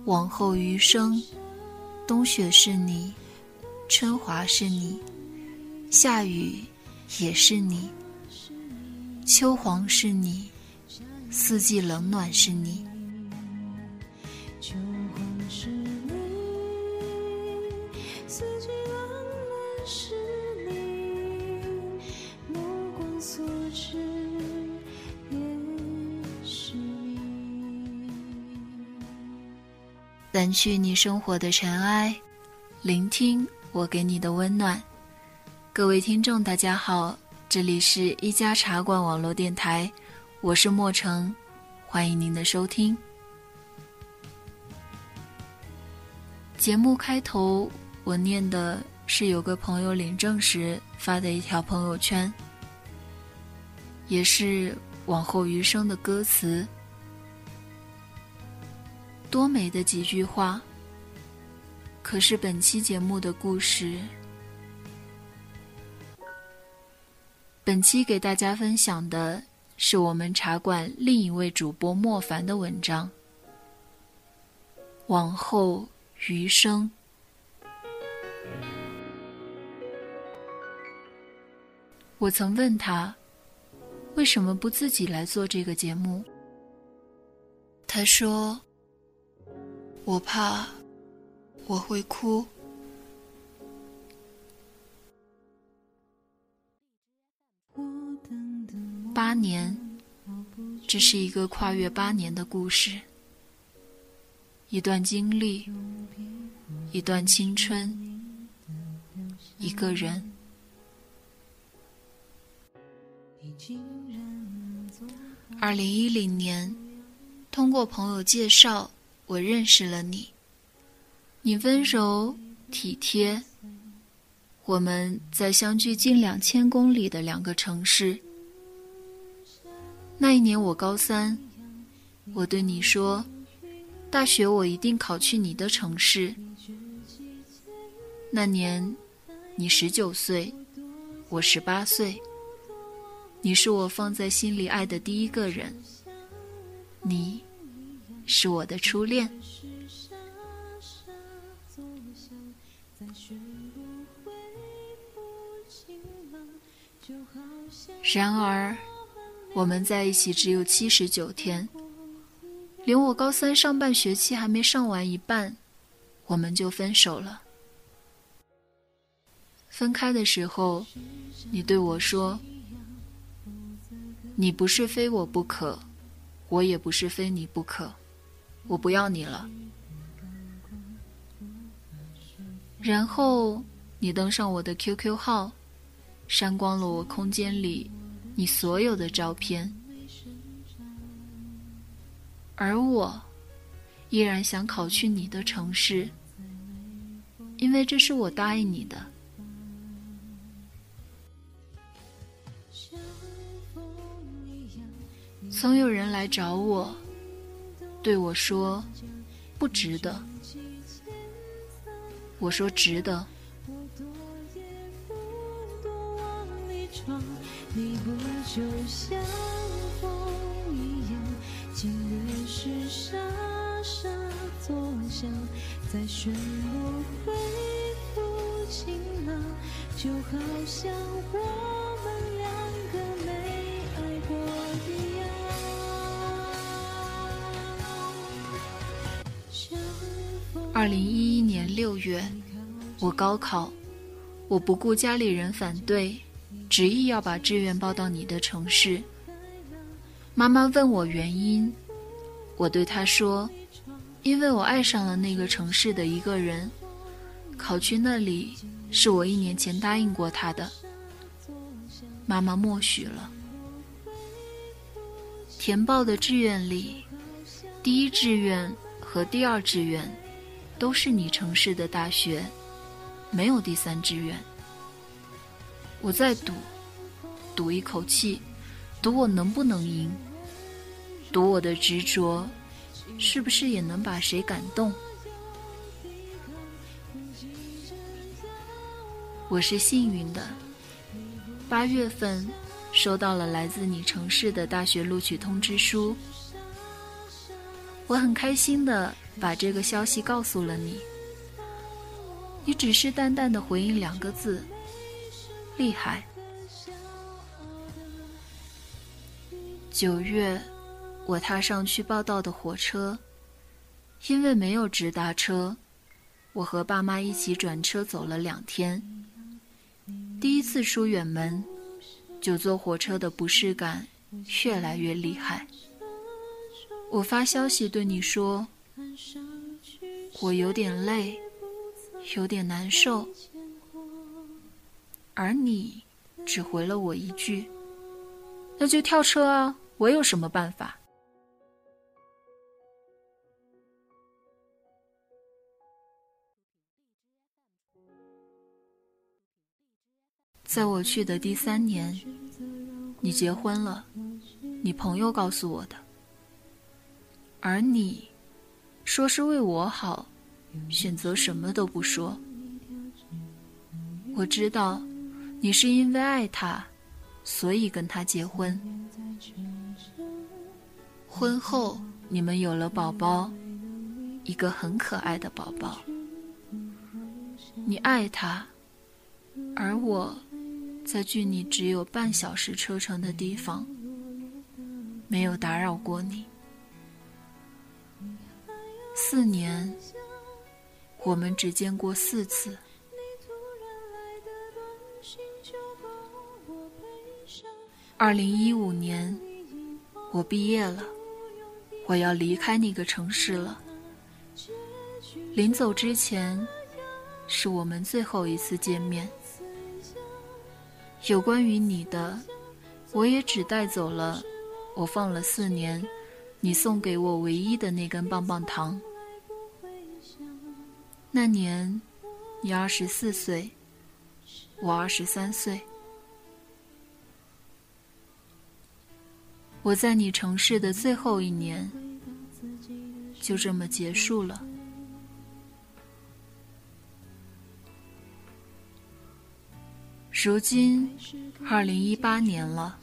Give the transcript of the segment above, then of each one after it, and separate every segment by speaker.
Speaker 1: 往后余生，冬雪是你，春华是你，夏雨也是你，秋黄是你，四季冷暖是你。
Speaker 2: 秋黄是你，四季冷暖是你，目光所至也是你。
Speaker 1: 掸去你生活的尘埃，聆听我给你的温暖。各位听众大家好，这里是一家茶馆网络电台，我是莫成，欢迎您的收听。节目开头我念的是有个朋友领证时发的一条朋友圈，也是往后余生的歌词。多美的几句话，可是本期节目的故事，本期给大家分享的是我们茶馆另一位主播莫凡的文章，往后余生。我曾问他，为什么不自己来做这个节目？他说，我怕我会哭。8年，这是一个跨越8年的故事，一段经历，一段青春，一个人。2010年，通过朋友介绍，我认识了你。你温柔体贴，我们在相距近2000公里的2个城市。那一年我高3，我对你说，大学我一定考去你的城市。那年你19岁，我18岁。你是我放在心里爱的第一个人，你是我的初恋。然而我们在一起只有79天，连我高3上半学期还没上完一半，我们就分手了。分开的时候，你对我说，你不是非我不可，我也不是非你不可，我不要你了。然后你登上我的 QQ 号，删光了我空间里你所有的照片，而我依然想考去你的城市，因为这是我答应你的。曾有人来找我，对我说，不值得。我说值得。
Speaker 2: 你不就像风一样，今夜是沙沙作响，在旋落恢复晴朗，就好像我们2个没爱过一样。
Speaker 1: 2011年6月，我高考，我不顾家里人反对，执意要把志愿报到你的城市。妈妈问我原因，我对她说，因为我爱上了那个城市的一个人，考去那里是我1年前答应过他的。妈妈默许了。填报的志愿里，第1志愿和第2志愿都是你城市的大学，没有第3志愿。我在赌一口气，赌我能不能赢，赌我的执着是不是也能把谁感动。我是幸运的，8月份收到了来自你城市的大学录取通知书。我很开心地把这个消息告诉了你，你只是淡淡的回应2个字：厉害。9月，我踏上去报到的火车，因为没有直达车，我和爸妈一起转车走了2天。第一次出远门，就坐火车的不适感越来越厉害。我发消息对你说，我有点累，有点难受，而你只回了我一句：那就跳车啊，我有什么办法？在我去的第3年，你结婚了，你朋友告诉我的。而你说是为我好，选择什么都不说。我知道你是因为爱他，所以跟他结婚。婚后你们有了宝宝，一个很可爱的宝宝。你爱他，而我在距你只有半小时车程的地方，没有打扰过你。4年，我们只见过4次。2015年，我毕业了，我要离开那个城市了。临走之前，是我们最后一次见面。有关于你的，我也只带走了我放了4年你送给我唯一的那根棒棒糖。那年你24岁，我23岁。我在你城市的最后1年就这么结束了。如今2018年了，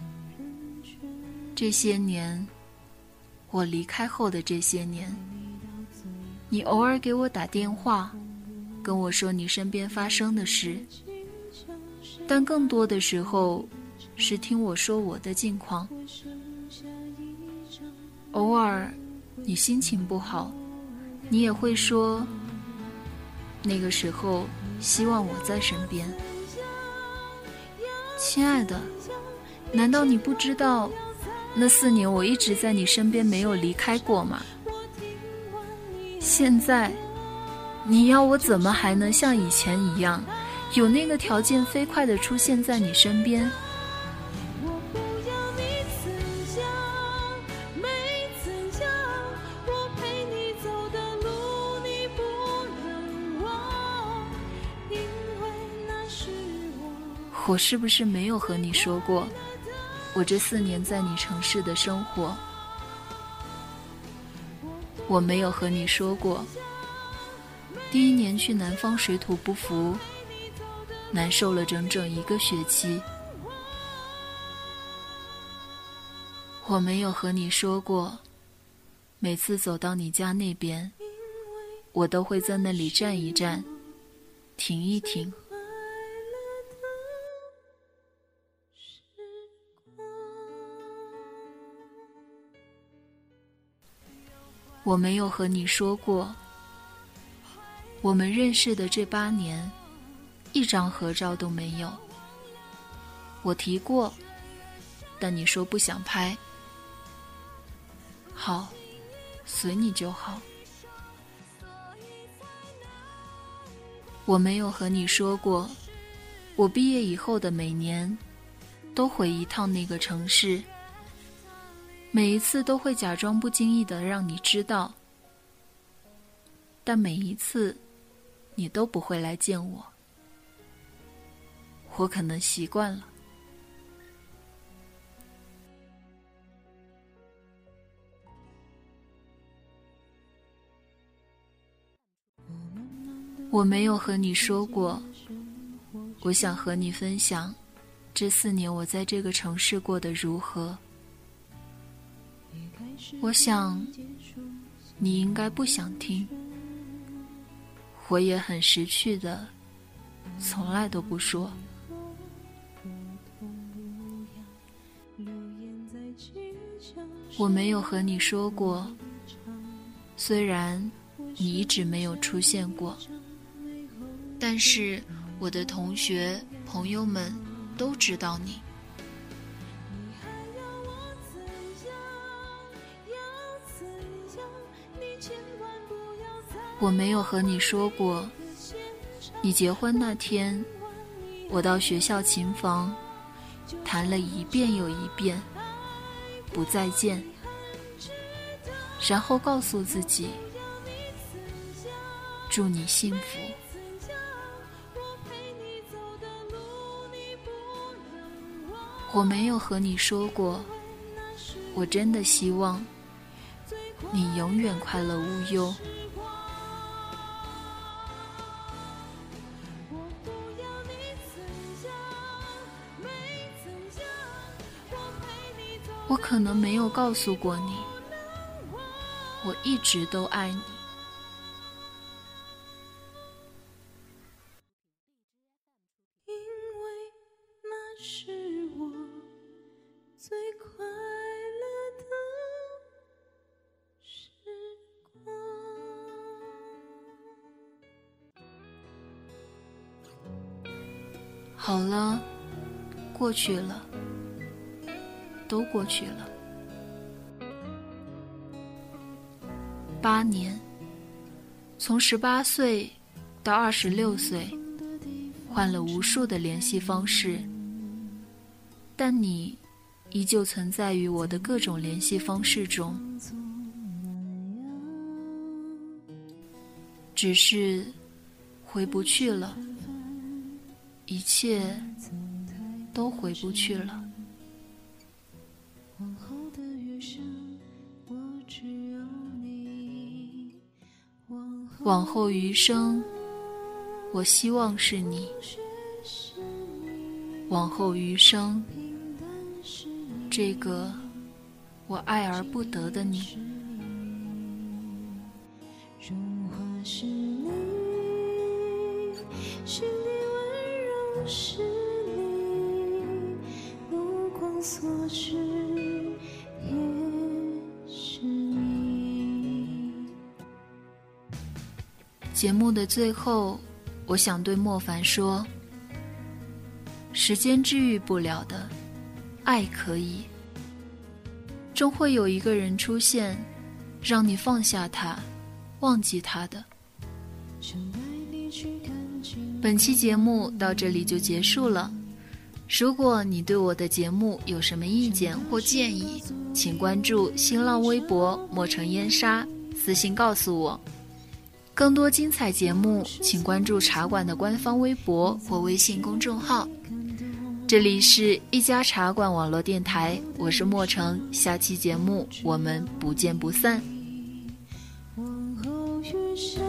Speaker 1: 这些年，我离开后的这些年，你偶尔给我打电话，跟我说你身边发生的事，但更多的时候是听我说我的近况。偶尔你心情不好，你也会说，那个时候希望我在身边。亲爱的，难道你不知道那4年我一直在你身边，没有离开过吗？现在你要我怎么还能像以前一样，有那个条件飞快地出现在你身边？我是不是没有和你说过我这4年在你城市的生活？我没有和你说过第1年去南方水土不服，难受了整整1个学期。我没有和你说过每次走到你家那边，我都会在那里站一站，停一停。我没有和你说过我们认识的这8年1张合照都没有。我提过，但你说不想拍。好，随你就好。我没有和你说过我毕业以后的每年都回一趟那个城市，每一次都会假装不经意地让你知道，但每一次你都不会来见我。我可能习惯了。我没有和你说过我想和你分享这4年我在这个城市过得如何。我想你应该不想听，我也很识趣的，从来都不说。我没有和你说过，虽然你一直没有出现过，但是我的同学朋友们都知道你。我没有和你说过，你结婚那天，我到学校琴房弹了一遍又一遍不再见，然后告诉自己祝你幸福。我没有和你说过，我真的希望你永远快乐无忧。我可能没有告诉过你，我一直都爱你。
Speaker 2: 因为那是我最快乐的时光。
Speaker 1: 好了，过去了，都过去了。8年，从18岁到26岁，换了无数的联系方式，但你依旧存在于我的各种联系方式中，只是回不去了，一切都回不去了。
Speaker 2: 往后的余生，我只有你。
Speaker 1: 往后余生，我希望是你。往后余生，这个我爱而不得的你。
Speaker 2: 融化是你，心底温柔是你，目光所至也是你。
Speaker 1: 节目的最后，我想对莫凡说，时间治愈不了的，爱可以。终会有一个人出现，让你放下他，忘记他的。本期节目到这里就结束了。如果你对我的节目有什么意见或建议，请关注新浪微博墨城烟沙，私信告诉我。更多精彩节目，请关注茶馆的官方微博或微信公众号。这里是一家茶馆网络电台，我是墨城，下期节目我们不见不散。
Speaker 2: 往后余生。